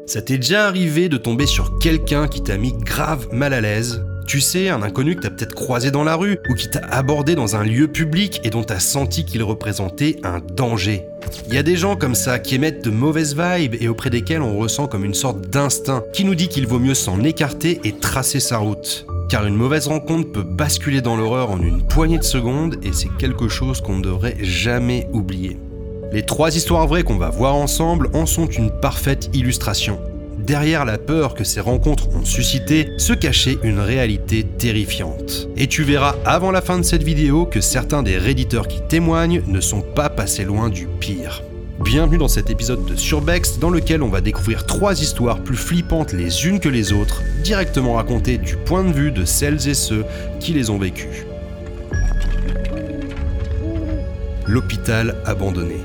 Ça t'est déjà arrivé de tomber sur quelqu'un qui t'a mis grave mal à l'aise ? Tu sais, un inconnu que t'as peut-être croisé dans la rue ou qui t'a abordé dans un lieu public et dont t'as senti qu'il représentait un danger. Il y a des gens comme ça qui émettent de mauvaises vibes et auprès desquels on ressent comme une sorte d'instinct qui nous dit qu'il vaut mieux s'en écarter et tracer sa route. Car une mauvaise rencontre peut basculer dans l'horreur en une poignée de secondes et c'est quelque chose qu'on ne devrait jamais oublier. Les 3 histoires vraies qu'on va voir ensemble en sont une parfaite illustration. Derrière la peur que ces rencontres ont suscité, se cachait une réalité terrifiante. Et tu verras avant la fin de cette vidéo que certains des redditeurs qui témoignent ne sont pas passés loin du pire. Bienvenue dans cet épisode de Surbex dans lequel on va découvrir 3 histoires plus flippantes les unes que les autres, directement racontées du point de vue de celles et ceux qui les ont vécues. L'hôpital abandonné.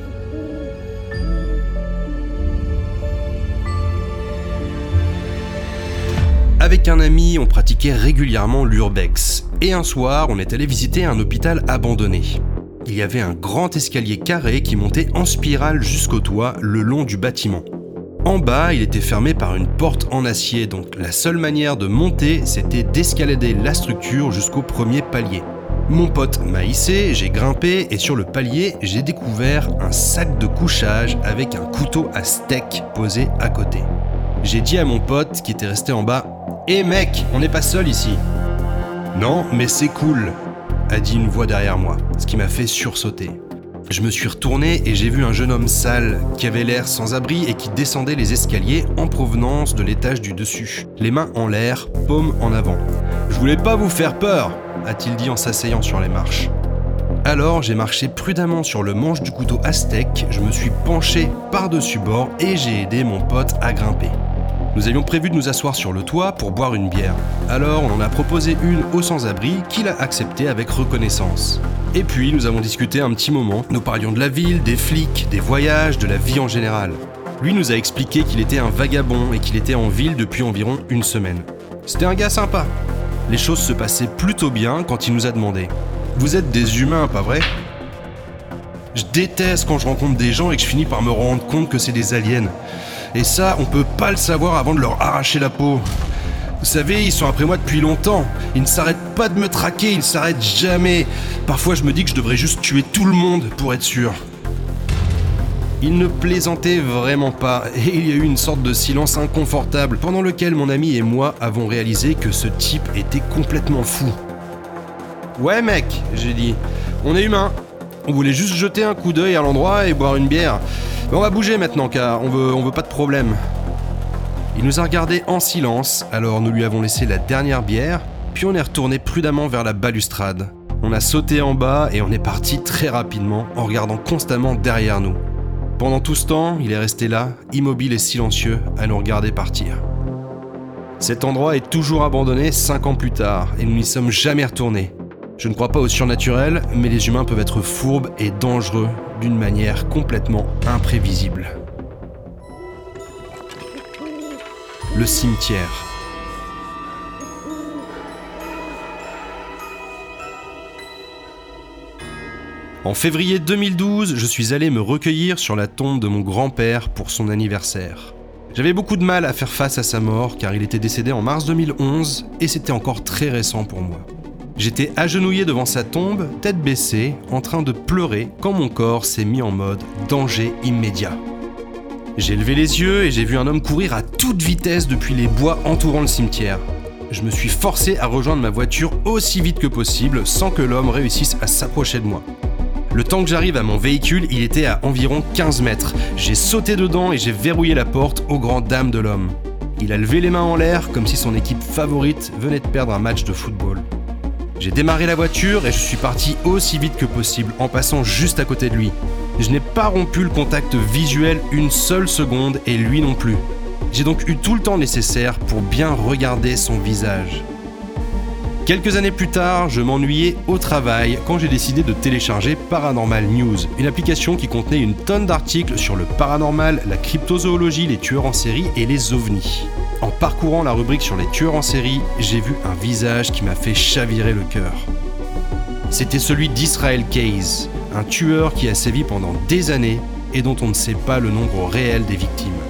Avec un ami, on pratiquait régulièrement l'urbex. Et un soir, on est allé visiter un hôpital abandonné. Il y avait un grand escalier carré qui montait en spirale jusqu'au toit le long du bâtiment. En bas, il était fermé par une porte en acier, donc la seule manière de monter, c'était d'escalader la structure jusqu'au premier palier. Mon pote m'a hissé, j'ai grimpé et sur le palier, j'ai découvert un sac de couchage avec un couteau à steak posé à côté. J'ai dit à mon pote qui était resté en bas « Hé mec, on n'est pas seul ici !» « Non, mais c'est cool !» a dit une voix derrière moi, ce qui m'a fait sursauter. Je me suis retourné et j'ai vu un jeune homme sale qui avait l'air sans abri et qui descendait les escaliers en provenance de l'étage du dessus, les mains en l'air, paume en avant. « Je voulais pas vous faire peur !» a-t-il dit en s'asseyant sur les marches. Alors j'ai marché prudemment sur le manche du couteau à steak, je me suis penché par-dessus bord et j'ai aidé mon pote à grimper. Nous avions prévu de nous asseoir sur le toit pour boire une bière. Alors on en a proposé une au sans-abri qu'il a accepté avec reconnaissance. Et puis nous avons discuté un petit moment, nous parlions de la ville, des flics, des voyages, de la vie en général. Lui nous a expliqué qu'il était un vagabond et qu'il était en ville depuis environ une semaine. C'était un gars sympa. Les choses se passaient plutôt bien quand il nous a demandé « Vous êtes des humains, pas vrai ?» Je déteste quand je rencontre des gens et que je finis par me rendre compte que c'est des aliens. Et ça, on peut pas le savoir avant de leur arracher la peau. Vous savez, ils sont après moi depuis longtemps. Ils ne s'arrêtent pas de me traquer, ils ne s'arrêtent jamais. Parfois, je me dis que je devrais juste tuer tout le monde pour être sûr. Il ne plaisantait vraiment pas, et il y a eu une sorte de silence inconfortable pendant lequel mon ami et moi avons réalisé que ce type était complètement fou. « Ouais mec, j'ai dit, on est humains. On voulait juste jeter un coup d'œil à l'endroit et boire une bière. Mais on va bouger maintenant car on veut pas de problème. » Il nous a regardés en silence, alors nous lui avons laissé la dernière bière, puis on est retourné prudemment vers la balustrade. On a sauté en bas et on est parti très rapidement en regardant constamment derrière nous. Pendant tout ce temps, il est resté là, immobile et silencieux, à nous regarder partir. Cet endroit est toujours abandonné 5 ans plus tard et nous n'y sommes jamais retournés. Je ne crois pas au surnaturel, mais les humains peuvent être fourbes et dangereux d'une manière complètement imprévisible. Le cimetière. En février 2012, je suis allé me recueillir sur la tombe de mon grand-père pour son anniversaire. J'avais beaucoup de mal à faire face à sa mort car il était décédé en mars 2011 et c'était encore très récent pour moi. J'étais agenouillé devant sa tombe, tête baissée, en train de pleurer quand mon corps s'est mis en mode danger immédiat. J'ai levé les yeux et j'ai vu un homme courir à toute vitesse depuis les bois entourant le cimetière. Je me suis forcé à rejoindre ma voiture aussi vite que possible sans que l'homme réussisse à s'approcher de moi. Le temps que j'arrive à mon véhicule, il était à environ 15 mètres. J'ai sauté dedans et j'ai verrouillé la porte aux grandes dames de l'homme. Il a levé les mains en l'air comme si son équipe favorite venait de perdre un match de football. J'ai démarré la voiture et je suis parti aussi vite que possible en passant juste à côté de lui. Je n'ai pas rompu le contact visuel une seule seconde et lui non plus. J'ai donc eu tout le temps nécessaire pour bien regarder son visage. Quelques années plus tard, je m'ennuyais au travail quand j'ai décidé de télécharger Paranormal News, une application qui contenait une tonne d'articles sur le paranormal, la cryptozoologie, les tueurs en série et les ovnis. En parcourant la rubrique sur les tueurs en série, j'ai vu un visage qui m'a fait chavirer le cœur. C'était celui d'Israel Case, un tueur qui a sévi pendant des années et dont on ne sait pas le nombre réel des victimes.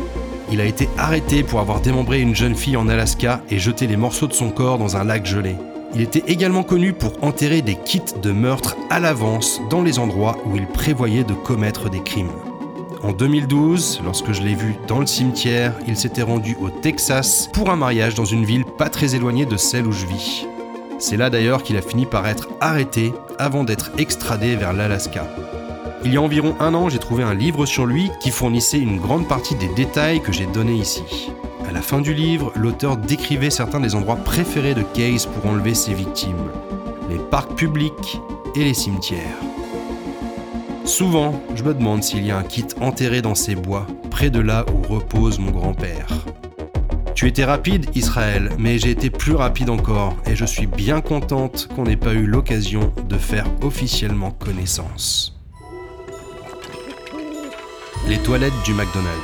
Il a été arrêté pour avoir démembré une jeune fille en Alaska et jeté les morceaux de son corps dans un lac gelé. Il était également connu pour enterrer des kits de meurtre à l'avance dans les endroits où il prévoyait de commettre des crimes. En 2012, lorsque je l'ai vu dans le cimetière, il s'était rendu au Texas pour un mariage dans une ville pas très éloignée de celle où je vis. C'est là d'ailleurs qu'il a fini par être arrêté avant d'être extradé vers l'Alaska. Il y a environ 1 an, j'ai trouvé un livre sur lui qui fournissait une grande partie des détails que j'ai donnés ici. À la fin du livre, l'auteur décrivait certains des endroits préférés de Case pour enlever ses victimes. Les parcs publics et les cimetières. Souvent, je me demande s'il y a un kit enterré dans ces bois, près de là où repose mon grand-père. Tu étais rapide, Israël, mais j'ai été plus rapide encore, et je suis bien contente qu'on n'ait pas eu l'occasion de faire officiellement connaissance. Les toilettes du McDonald's.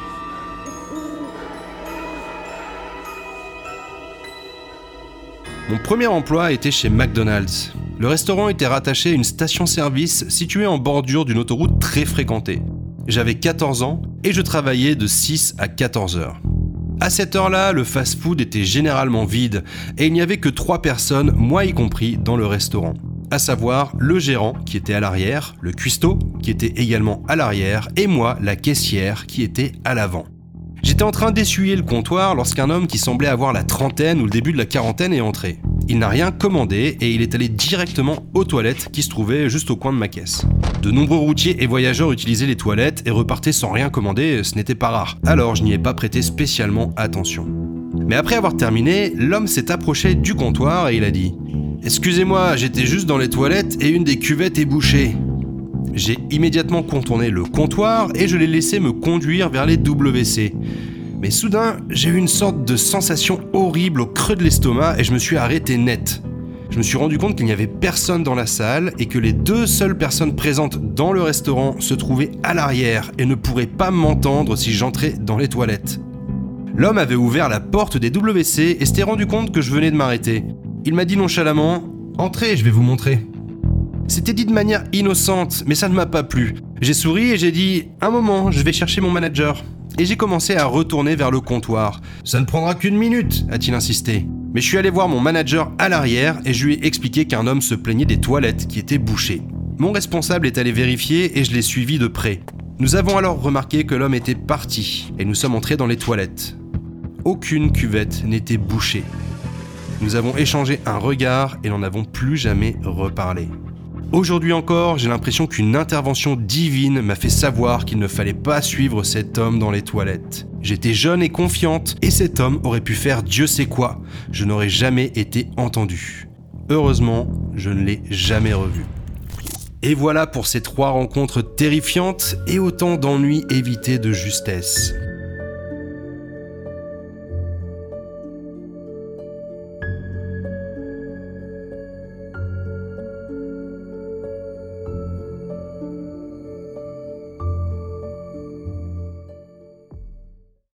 Mon premier emploi était chez McDonald's. Le restaurant était rattaché à une station-service située en bordure d'une autoroute très fréquentée. J'avais 14 ans et je travaillais de 6 à 14 heures. À cette heure-là, le fast-food était généralement vide et il n'y avait que 3 personnes, moi y compris, dans le restaurant. À savoir le gérant qui était à l'arrière, le cuistot qui était également à l'arrière et moi, la caissière qui était à l'avant. J'étais en train d'essuyer le comptoir lorsqu'un homme qui semblait avoir la trentaine ou le début de la quarantaine est entré. Il n'a rien commandé et il est allé directement aux toilettes qui se trouvaient juste au coin de ma caisse. De nombreux routiers et voyageurs utilisaient les toilettes et repartaient sans rien commander, ce n'était pas rare. Alors je n'y ai pas prêté spécialement attention. Mais après avoir terminé, l'homme s'est approché du comptoir et il a dit « Excusez-moi, j'étais juste dans les toilettes et une des cuvettes est bouchée. » J'ai immédiatement contourné le comptoir et je l'ai laissé me conduire vers les WC. Mais soudain, j'ai eu une sorte de sensation horrible au creux de l'estomac et je me suis arrêté net. Je me suis rendu compte qu'il n'y avait personne dans la salle et que les 2 seules personnes présentes dans le restaurant se trouvaient à l'arrière et ne pourraient pas m'entendre si j'entrais dans les toilettes. L'homme avait ouvert la porte des WC et s'était rendu compte que je venais de m'arrêter. Il m'a dit nonchalamment « Entrez, je vais vous montrer ». C'était dit de manière innocente, mais ça ne m'a pas plu. J'ai souri et j'ai dit « Un moment, je vais chercher mon manager ». Et j'ai commencé à retourner vers le comptoir. « Ça ne prendra qu'1 minute », a-t-il insisté. Mais je suis allé voir mon manager à l'arrière et je lui ai expliqué qu'un homme se plaignait des toilettes qui étaient bouchées. Mon responsable est allé vérifier et je l'ai suivi de près. Nous avons alors remarqué que l'homme était parti et nous sommes entrés dans les toilettes. Aucune cuvette n'était bouchée. Nous avons échangé un regard et n'en avons plus jamais reparlé. Aujourd'hui encore, j'ai l'impression qu'une intervention divine m'a fait savoir qu'il ne fallait pas suivre cet homme dans les toilettes. J'étais jeune et confiante, et cet homme aurait pu faire Dieu sait quoi. Je n'aurais jamais été entendu. Heureusement, je ne l'ai jamais revu. Et voilà pour ces 3 rencontres terrifiantes et autant d'ennuis évités de justesse.